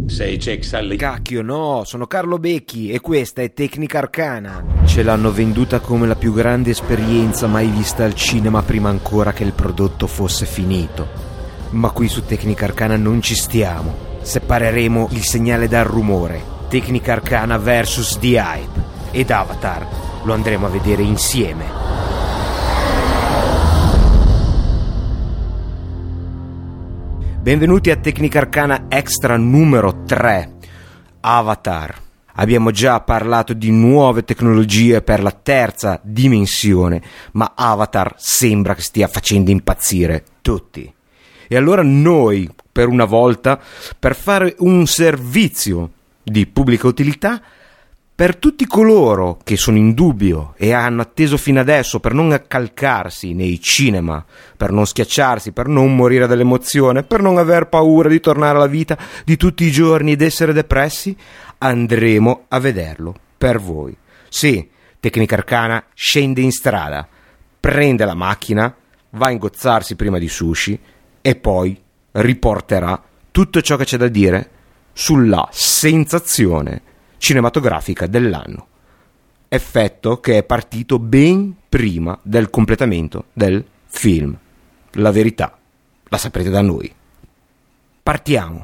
Sei Jack Sully? Cacchio no, sono Carlo Becchi e questa è Tecnica Arcana. Ce l'hanno venduta come la più grande esperienza mai vista al cinema prima ancora che il prodotto fosse finito. Ma qui su Tecnica Arcana non ci stiamo. Separeremo il segnale dal rumore. Tecnica Arcana vs The Hype ed Avatar lo andremo a vedere insieme. Benvenuti a Tecnica Arcana Extra numero 3, Avatar. Abbiamo già parlato di nuove tecnologie per la terza dimensione, ma Avatar sembra che stia facendo impazzire tutti. E allora noi, per una volta, per fare un servizio di pubblica utilità, per tutti coloro che sono in dubbio e hanno atteso fino adesso per non accalcarsi nei cinema, per non schiacciarsi, per non morire dall'emozione, per non aver paura di tornare alla vita di tutti i giorni ed essere depressi, andremo a vederlo per voi. Sì, Tecnica Arcana scende in strada, prende la macchina, va a ingozzarsi prima di sushi e poi riporterà tutto ciò che c'è da dire sulla sensazione cinematografica dell'anno, effetto che è partito ben prima del completamento del film. La verità la saprete da noi. Partiamo.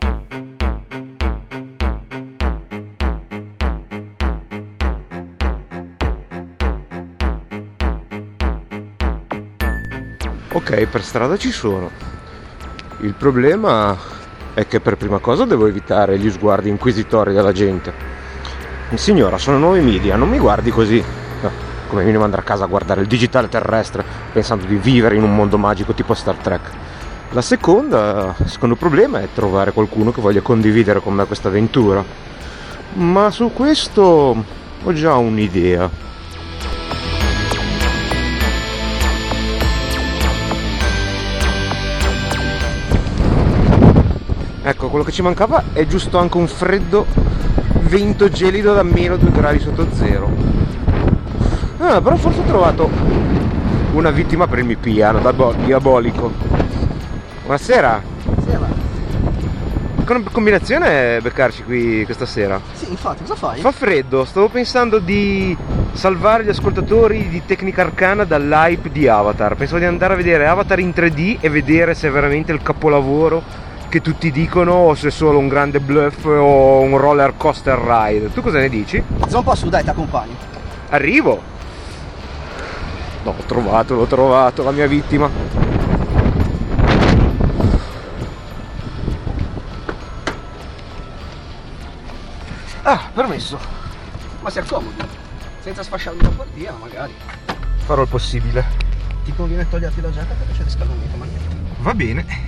Ok, per strada ci sono. Il problema è che per prima cosa devo evitare gli sguardi inquisitori della gente. Signora, sono nuovi media, non mi guardi così. No, come minimo andare a casa a guardare il digitale terrestre pensando di vivere in un mondo magico tipo Star Trek. Il secondo problema è trovare qualcuno che voglia condividere con me questa avventura. Ma su questo ho già un'idea. Ecco, quello che ci mancava è giusto anche un freddo vento gelido da meno 2 gradi sotto zero. Però forse ho trovato una vittima per il mio piano diabolico. Buonasera. Buonasera. Combinazione è beccarci qui questa sera. Sì, infatti, cosa fai? Fa freddo, stavo pensando di salvare gli ascoltatori di Tecnica Arcana dall'hype di Avatar. Pensavo di andare a vedere Avatar in 3D e vedere se è veramente il capolavoro che tutti dicono o se è solo un grande bluff o un roller coaster ride. Tu cosa ne dici? Sono un po' su, dai, ti accompagno. Arrivo. No, l'ho trovato, la mia vittima. Ah, permesso. Ma si accomodi. Senza sfasciarmi la portiera, magari. Farò il possibile. Ti conviene toglierti la giacca perché c'è riscaldamento, magnetico. Va bene.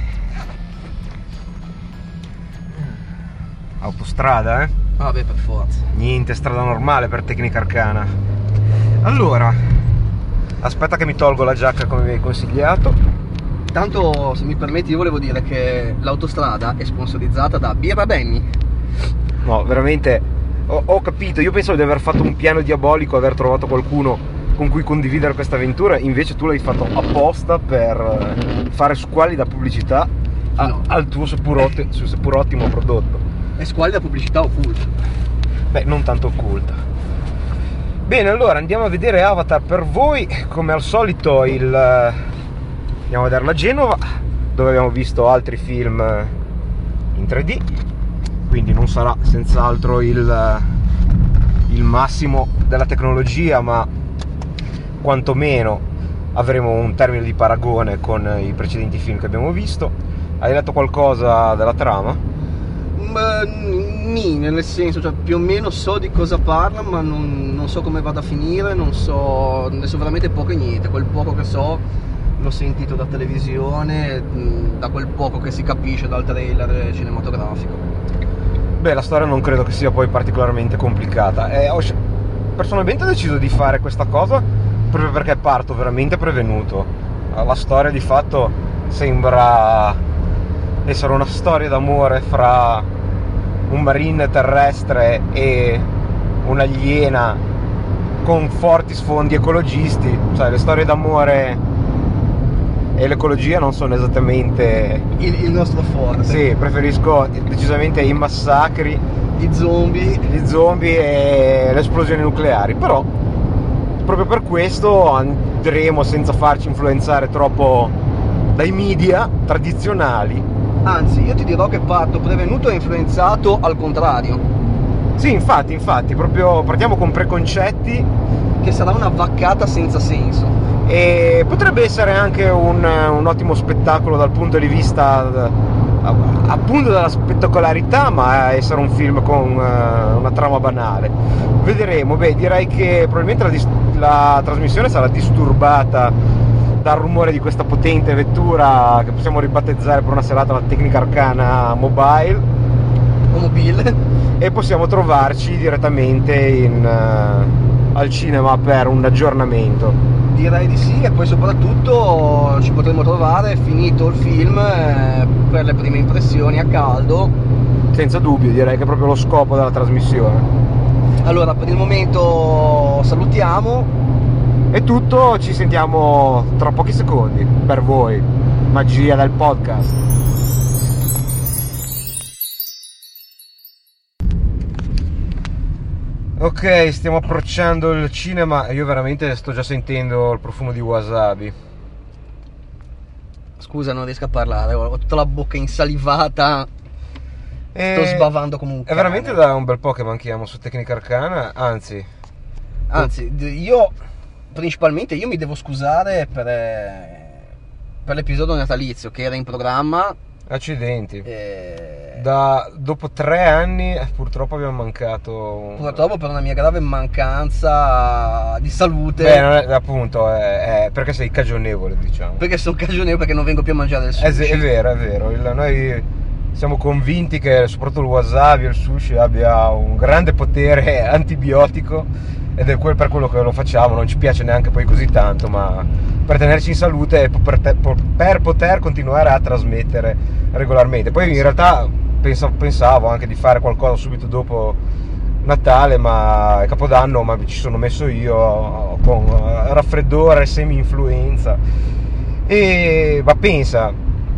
Autostrada, Vabbè, per forza. Niente strada normale per Tecnica Arcana. Allora, aspetta che mi tolgo la giacca come mi hai consigliato. Tanto, se mi permetti, io volevo dire che l'autostrada è sponsorizzata da Birra Benny. No, veramente, ho capito, io pensavo di aver fatto un piano diabolico, aver trovato qualcuno con cui condividere questa avventura, invece tu l'hai fatto apposta per fare squallida pubblicità al tuo seppur ottimo prodotto. È squallida pubblicità occulta. Beh, non tanto occulta. Bene, allora andiamo a vedere Avatar per voi. Come al solito andiamo a vederla a Genova, dove abbiamo visto altri film in 3D, quindi non sarà senz'altro il massimo della tecnologia, ma quantomeno avremo un termine di paragone con i precedenti film che abbiamo visto. Hai letto qualcosa della trama? Nel senso, cioè, più o meno so di cosa parla, ma non so come vada a finire, ne so veramente poco e niente. Quel poco che so l'ho sentito da televisione, da quel poco che si capisce dal trailer cinematografico. Beh, la storia non credo che sia poi particolarmente complicata. Personalmente ho deciso di fare questa cosa proprio perché parto veramente prevenuto. La storia di fatto sembra essere una storia d'amore fra un marine terrestre e un'aliena con forti sfondi ecologisti. Cioè, le storie d'amore e l'ecologia non sono esattamente il nostro forte. Sì, preferisco decisamente i massacri, Gli zombie e le esplosioni nucleari, però proprio per questo andremo senza farci influenzare troppo dai media tradizionali. Anzi, io ti dirò che parto prevenuto e influenzato al contrario. Sì, infatti, proprio partiamo con preconcetti. Che sarà una vaccata senza senso. E potrebbe essere anche un ottimo spettacolo dal punto di vista appunto della spettacolarità, ma essere un film con una trama banale. Vedremo. Direi che probabilmente la trasmissione sarà disturbata dal rumore di questa potente vettura che possiamo ribattezzare per una serata la Tecnica Arcana Mobile O mobile. e possiamo trovarci direttamente al cinema per un aggiornamento. Direi di sì, e poi soprattutto ci potremo trovare finito il film per le prime impressioni a caldo. Senza dubbio, direi che è proprio lo scopo della trasmissione. Allora, per il momento salutiamo. È tutto, ci sentiamo tra pochi secondi per voi. Magia del podcast. Ok, stiamo approcciando il cinema. Io veramente sto già sentendo il profumo di wasabi. Scusa, non riesco a parlare, ho tutta la bocca insalivata. Sto sbavando come un cane. È veramente da un bel po' che manchiamo su Tecnica Arcana, anzi, io principalmente mi devo scusare per l'episodio natalizio che era in programma. accidenti. Dopo 3 anni purtroppo abbiamo mancato. Purtroppo per una mia grave mancanza di salute. Beh, non è, appunto, è perché sei cagionevole, diciamo. Perché sono cagionevole, perché non vengo più a mangiare il sushi. È vero. Noi siamo convinti che soprattutto il wasabi e il sushi abbia un grande potere antibiotico ed è per quello che lo facciamo. Non ci piace neanche poi così tanto, ma per tenerci in salute e per poter continuare a trasmettere regolarmente. Poi in realtà pensavo anche di fare qualcosa subito dopo Natale, ma Capodanno, ma ci sono messo io con raffreddore, semi-influenza. Ma pensa,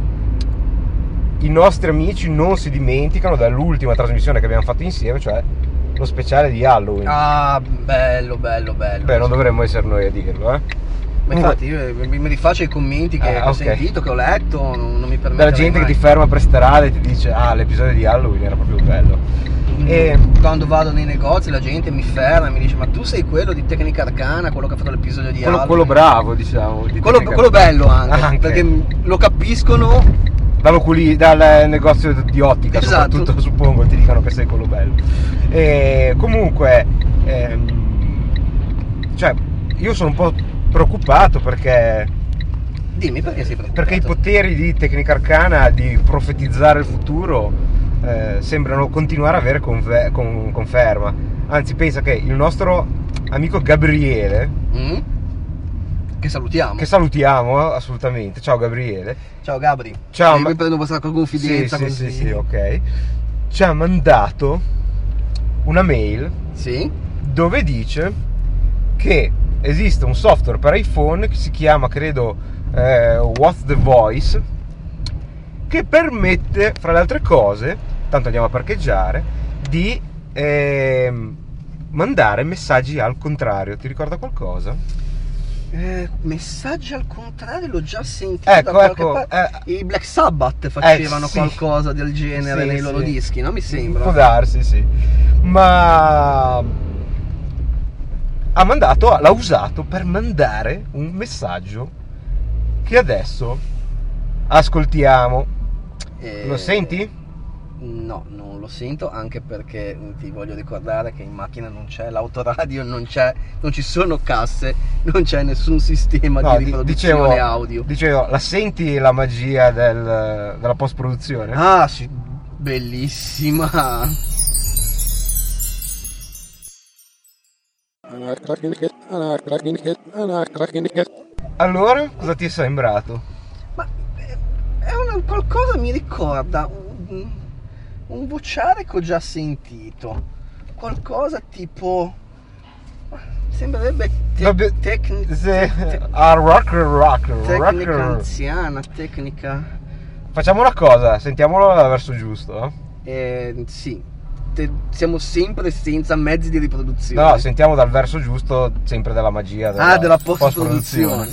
i nostri amici non si dimenticano dall'ultima trasmissione che abbiamo fatto insieme, cioè lo speciale di Halloween. Ah, bello. Beh, non dovremmo essere noi a dirlo, Ma infatti io mi rifaccio i commenti che ho okay. sentito, che ho letto, non mi permette. Della gente che ti ferma per strada e ti dice l'episodio di Halloween era proprio bello. E quando vado nei negozi la gente mi ferma e mi dice: ma tu sei quello di Tecnica Arcana, quello che ha fatto l'episodio di Halloween? Quello bravo, diciamo. Quello bello anche, perché lo capiscono. Dal negozio di ottica, esatto. Soprattutto, suppongo, ti dicano che sei quello bello. E comunque, cioè, io sono un po' preoccupato perché. Dimmi perché sei preoccupato. Perché i poteri di Tecnica Arcana di profetizzare il futuro sembrano continuare a avere conferma. Anzi, pensa che il nostro amico Gabriele. Che salutiamo assolutamente. Ciao Gabriele. Ciao Gabri. Ciao. Mi prendo questa confidenza così. Sì, ok. Ci ha mandato una mail. Sì. Dove dice che esiste un software per iPhone che si chiama, credo, What's the Voice, che permette, fra le altre cose, tanto andiamo a parcheggiare, di mandare messaggi al contrario. Ti ricorda qualcosa? Messaggi al contrario l'ho già sentito. Ecco. I Black Sabbath facevano sì. qualcosa del genere nei loro dischi, no? Mi sembra. Può darsi, sì. Ma l'ha usato per mandare un messaggio che adesso ascoltiamo. Lo senti? No, non lo sento, anche perché ti voglio ricordare che in macchina non c'è l'autoradio, non ci sono casse, non c'è nessun sistema di riproduzione audio. Dicevo, la senti la magia della post-produzione? Ah sì, bellissima. Allora, cosa ti è sembrato? Ma qualcosa mi ricorda un vociare che ho già sentito, qualcosa tipo Sembrerebbe tecnica anziana, tecnica. Facciamo una cosa, sentiamolo dal verso giusto. Sì, siamo sempre senza mezzi di riproduzione. No, sentiamo dal verso giusto, sempre della magia della post-produzione.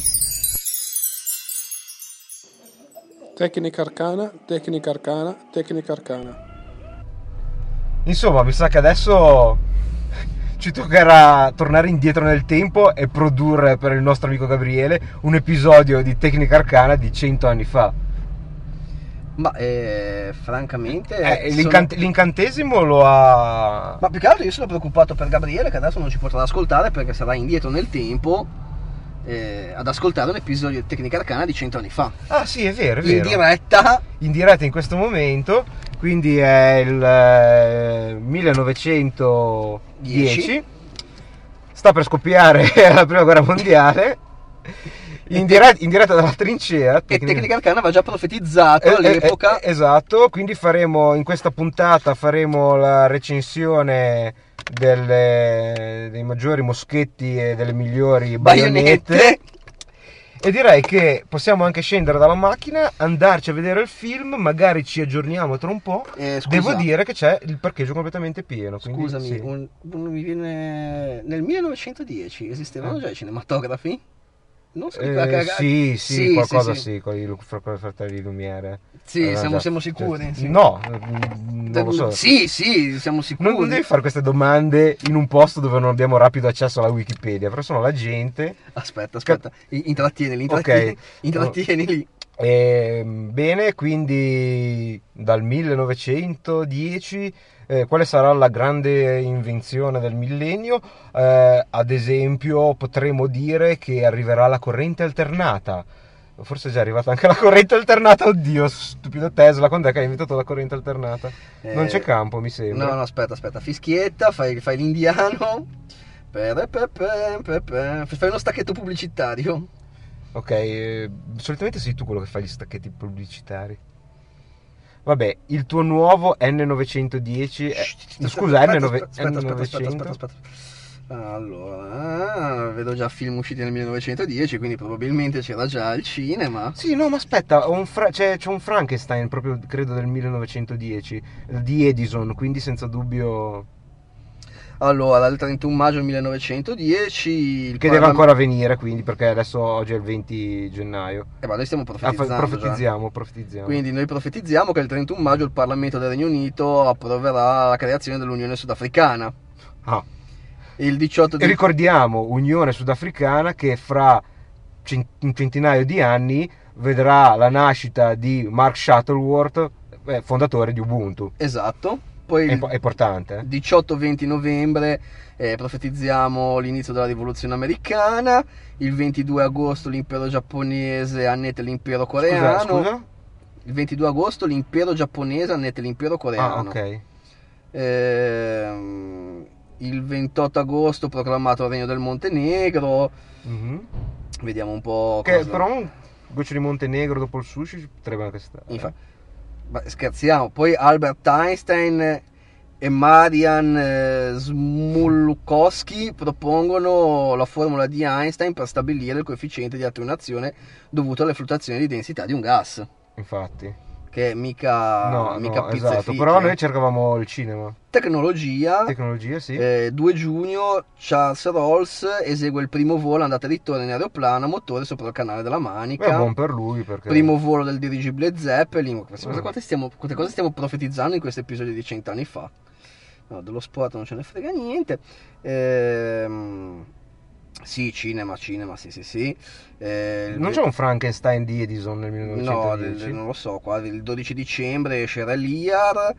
Tecnica arcana, tecnica arcana, tecnica arcana. Insomma, mi sa che adesso ci toccherà tornare indietro nel tempo e produrre per il nostro amico Gabriele un episodio di Tecnica Arcana di 100 anni fa. Ma francamente l'incantesimo lo ha... Ma più che altro io sono preoccupato per Gabriele, che adesso non ci potrà ascoltare perché sarà indietro nel tempo ad ascoltare un episodio di Tecnica Arcana di 100 anni fa. Ah sì, è vero. In diretta in questo momento, quindi è il 1910. Sta per scoppiare la prima guerra mondiale. In diretta dalla trincea. E Tecnica Arcana aveva già profetizzato all'epoca. Esatto, quindi in questa puntata faremo la recensione dei maggiori moschetti e delle migliori baionette. E direi che possiamo anche scendere dalla macchina, andarci a vedere il film, magari ci aggiorniamo tra un po'. Devo dire che c'è il parcheggio completamente pieno. Scusami, sì. mi viene... Nel 1910 esistevano già i cinematografi? Non so sì, qualcosa sì, con i fratelli Lumiere. Sì, siamo sicuri? Sì. No, non lo so. Sì, siamo sicuri. Non devi fare queste domande in un posto dove non abbiamo rapido accesso alla Wikipedia, però sono la gente... Aspetta, intrattienili lì. Bene, quindi dal 1910... quale sarà la grande invenzione del millennio? Ad esempio potremmo dire che arriverà la corrente alternata. Forse è già arrivata anche la corrente alternata. Oddio, stupido Tesla, quando è che hai inventato la corrente alternata? Non c'è campo, mi sembra. No, aspetta, fischietta, fai l'indiano. Fai uno stacchetto pubblicitario. Ok, solitamente sei tu quello che fa gli stacchetti pubblicitari. Vabbè, il tuo nuovo N910 scusa, N900. Aspetta. Allora, vedo già film usciti nel 1910, quindi probabilmente c'era già al cinema. Sì, no, ma aspetta, c'è un Frankenstein proprio, credo, del 1910 di Edison, quindi senza dubbio. Allora, il 31 maggio 1910 che deve ancora venire, quindi, perché adesso oggi è il 20 gennaio. Ma noi stiamo profetizzando. Profetizziamo. Quindi noi profetizziamo che il 31 maggio il Parlamento del Regno Unito approverà la creazione dell'Unione Sudafricana. Il 18 E ricordiamo, Unione Sudafricana, che fra un centinaio di anni vedrà la nascita di Mark Shuttleworth, fondatore di Ubuntu. Esatto. Poi è importante. 18-20 novembre profetizziamo l'inizio della rivoluzione americana. Il 22 agosto l'impero giapponese annette l'impero coreano. Scusa? Il 22 agosto l'impero giapponese annette l'impero coreano. Ok. Il 28 agosto proclamato il regno del Montenegro. Mm-hmm. Vediamo un po'. Però un goccio di Montenegro dopo il sushi ci potrebbe anche stare. Infatti. Ma scherziamo, poi Albert Einstein e Marian Smoluchowski propongono la formula di Einstein per stabilire il coefficiente di attenuazione dovuto alle fluttuazioni di densità di un gas. Infatti. Che mica pizza esatto. Però noi cercavamo il cinema. Tecnologia, sì. 2 giugno Charles Rolls esegue il primo volo andata e ritorno in aeroplano a motore sopra il canale della Manica. Buon per lui, perché... Primo volo del dirigibile Zeppelin. Quante cose stiamo profetizzando in questo episodio di 100 anni fa. No, dello sport non ce ne frega niente. Sì, cinema, sì. Non c'è un Frankenstein di Edison nel 1910? No, non lo so, qua il 12 dicembre esce Re Lear.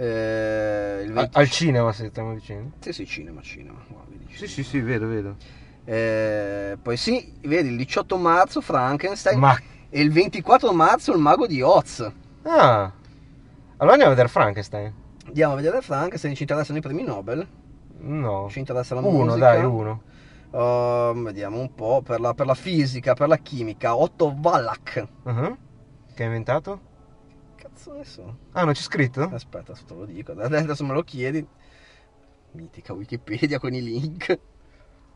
Al cinema, se stiamo dicendo? Sì, cinema. Sì, vedo. Poi sì, vedi, il 18 marzo Frankenstein. Ma... E il 24 marzo il mago di Oz. Allora andiamo a vedere Frankenstein. Andiamo a vedere Frankenstein. Ci interessano i premi Nobel? No. Ci interessa la musica? Dai, uno. Vediamo un po', per la fisica, per la chimica, Otto Wallach. Che ha inventato? Cazzo ne so. Non c'è scritto? Aspetta, te lo dico, adesso me lo chiedi. Mitica Wikipedia con i link.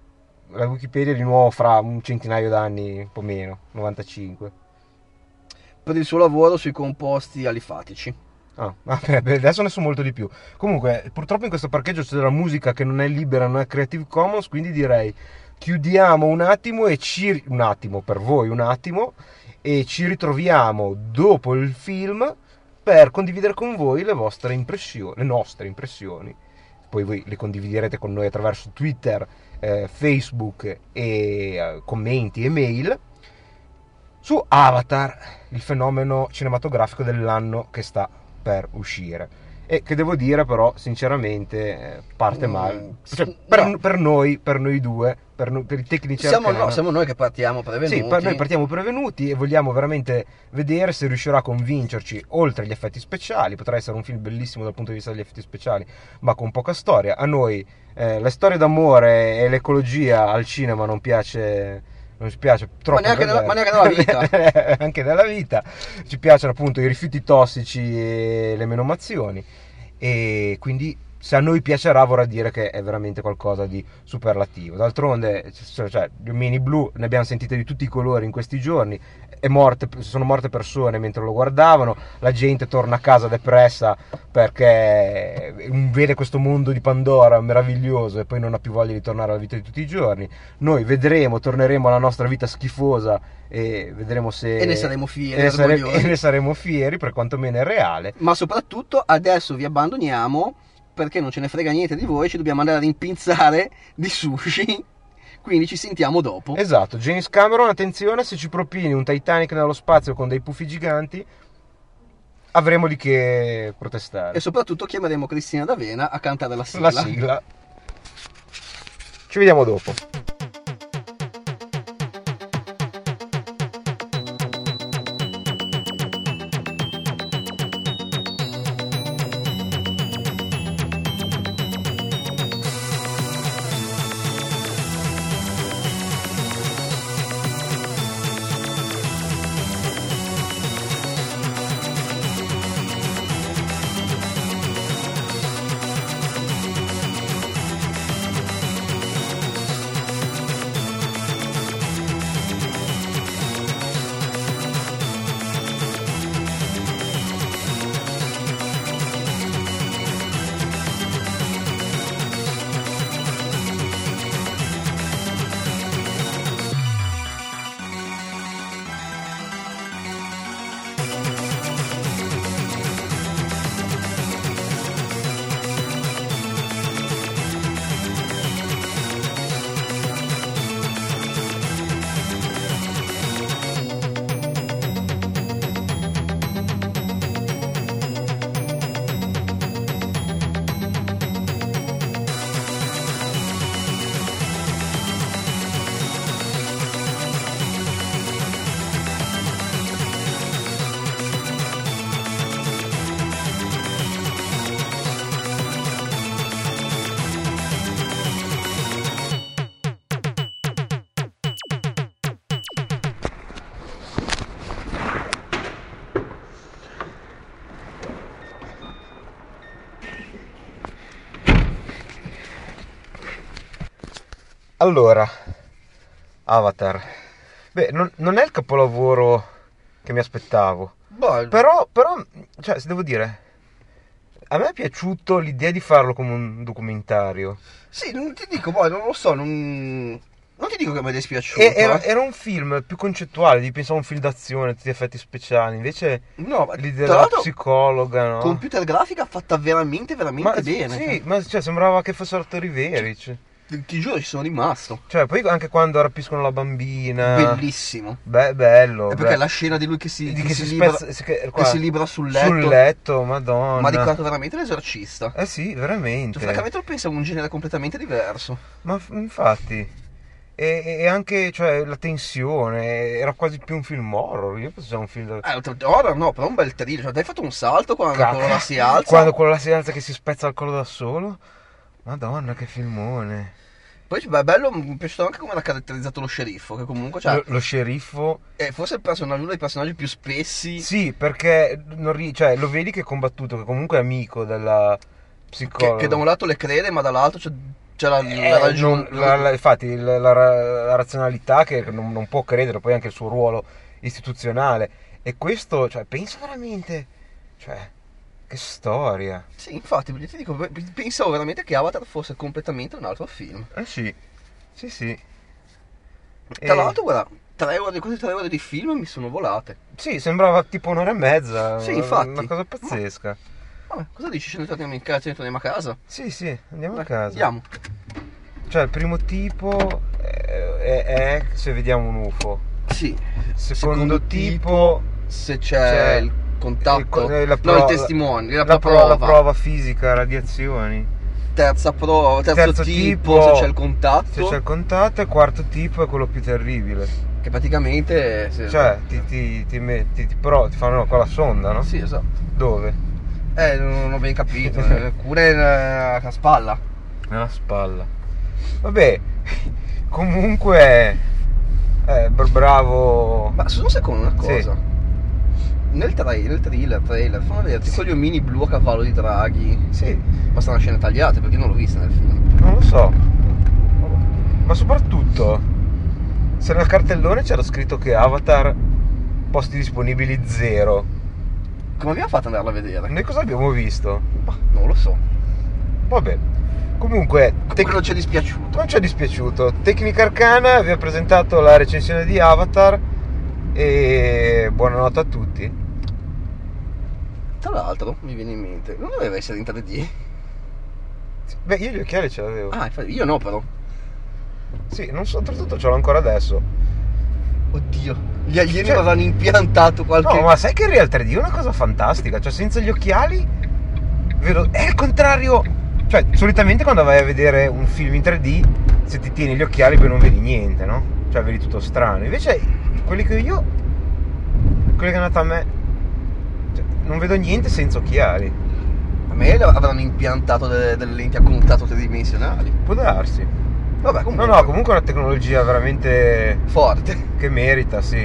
la Wikipedia di nuovo fra un centinaio d'anni, un po' meno, 95. Per il suo lavoro sui composti alifatici. Ah, vabbè, adesso ne so molto di più. Comunque, purtroppo in questo parcheggio c'è della musica che non è libera, non è Creative Commons, quindi direi chiudiamo un attimo un attimo per voi, un attimo, e ci ritroviamo dopo il film per condividere con voi le vostre impressioni, le nostre impressioni. Poi voi le condividerete con noi attraverso Twitter, Facebook e commenti e mail su Avatar, il fenomeno cinematografico dell'anno che sta per uscire, e che devo dire però sinceramente parte male, cioè, per noi due, per i tecnici siamo noi che partiamo prevenuti. Sì, noi partiamo prevenuti e vogliamo veramente vedere se riuscirà a convincerci. Oltre agli effetti speciali, potrà essere un film bellissimo dal punto di vista degli effetti speciali, ma con poca storia. A noi le storie d'amore e l'ecologia al cinema non ci piace troppo, ma neanche nella vita. Anche nella vita ci piacciono appunto i rifiuti tossici e le menomazioni, e quindi se a noi piacerà vorrà dire che è veramente qualcosa di superlativo. D'altronde, cioè, gli omini blu ne abbiamo sentite di tutti i colori in questi giorni, sono morte persone mentre lo guardavano, la gente torna a casa depressa perché vede questo mondo di Pandora meraviglioso e poi non ha più voglia di tornare alla vita di tutti i giorni. Noi torneremo alla nostra vita schifosa e vedremo se... E ne saremo fieri, e ne saremo fieri, per quanto meno è reale. Ma soprattutto adesso vi abbandoniamo perché non ce ne frega niente di voi, ci dobbiamo andare a rimpinzare di sushi, quindi ci sentiamo dopo. Esatto. James Cameron, attenzione, se ci propini un Titanic nello spazio con dei puffi giganti avremo di che protestare. E soprattutto chiameremo Cristina D'Avena a cantare la sigla. La sigla. Ci vediamo dopo. Allora, Avatar. Beh, non è il capolavoro che mi aspettavo. Però, cioè, se devo dire, a me è piaciuto l'idea di farlo come un documentario. Sì, non ti dico, poi non lo so, non ti dico che mi è dispiaciuto. Era un film più concettuale, pensavo a un film d'azione, tutti gli effetti speciali. Invece no, l'idea della psicologa, no? Computer grafica fatta veramente bene. Sì, ma cioè, sembrava che fossero attori veri. Cioè. Ti giuro, ci sono rimasto. Cioè, poi anche quando rapiscono la bambina. Bellissimo. Bello. E perché la scena di lui che si libera sul letto. Sul letto, madonna. Ma ricordo veramente l'esorcista. Sì, veramente. Cioè, francamente lo pensavo un genere completamente diverso. Ma infatti. E anche, cioè, la tensione. Era quasi più un film horror. Io pensavo un film. Horror no, però un bel thriller. Cioè, hai fatto un salto quando quello là si alza. Quando quello là si alza che si spezza il collo da solo. Madonna, che filmone. Poi bello, mi è piaciuto anche come era caratterizzato lo sceriffo, che comunque lo sceriffo è forse uno dei personaggi più spessi. Sì, perché cioè, lo vedi che è combattuto, che comunque è amico della psicologa, che da un lato le crede, ma dall'altro c'è C'è la ragione. Infatti la razionalità che non può credere, poi anche il suo ruolo istituzionale. E questo, cioè, penso veramente, cioè, che storia. Sì, infatti, ti dico, pensavo veramente che Avatar fosse completamente un altro film. Sì. Tra l'altro, guarda, queste 3 ore di film mi sono volate. Sì, sembrava tipo 1 ora e mezza. Sì, infatti. Una cosa pazzesca. Vabbè, cosa dici? Ce ne torniamo a casa? Sì, andiamo a casa. Andiamo. Cioè, il primo tipo è se vediamo un UFO. Sì. Secondo tipo se c'è il contatto, il testimone, la prova fisica, radiazioni. Terzo tipo se c'è il contatto. Se c'è il contatto, e quarto tipo è quello più terribile. Che praticamente cioè ti fanno con la sonda, no? Sì, esatto. Dove? Non ho ben capito. Pure nella spalla. Nella spalla. Vabbè, comunque bravo. Ma su un secondo una cosa. Sì. Nel trailer fanno vedere quegli omini blu a cavallo di draghi. Sì. Ma sono scene tagliate perché io non l'ho vista nel film. Non lo so. Ma soprattutto, se nel cartellone c'era scritto che Avatar posti disponibili 0. Come abbiamo fatto ad andarla a vedere? Noi cosa abbiamo visto? Ma non lo so. Vabbè. Comunque non ci è dispiaciuto. Non ci è dispiaciuto. Tecnica Arcana vi ha presentato la recensione di Avatar e buonanotte a tutti. Tra l'altro mi viene in mente, non doveva essere in 3D? Beh, io gli occhiali ce l'avevo. Ah, infatti, io no però. Sì, non so, oltretutto ce l'ho ancora adesso. Oddio, gli alieni avranno impiantato qualche... No, ma sai che il Real 3D è una cosa fantastica? Cioè, senza gli occhiali vedo... È il contrario. Cioè, solitamente quando vai a vedere un film in 3D, se ti tieni gli occhiali poi non vedi niente, no? Cioè, vedi tutto strano. Invece, quelli che è andata a me, cioè, non vedo niente senza occhiali. A me avranno impiantato delle lenti a contatto tridimensionali. Può darsi. Vabbè, comunque... No, comunque è una tecnologia veramente... forte. Che merita, sì.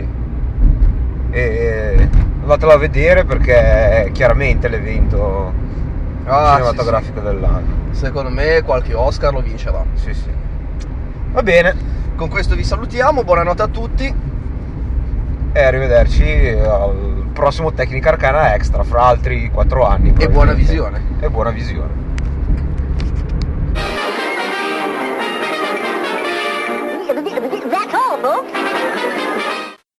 E andatelo a vedere perché è chiaramente l'evento cinematografico dell'anno. Secondo me qualche Oscar lo vincerà. Sì. Va bene. Con questo vi salutiamo, buonanotte a tutti. E arrivederci al prossimo Tecnica Arcana Extra fra altri 4 anni. E buona visione. E buona visione. That's all, folks.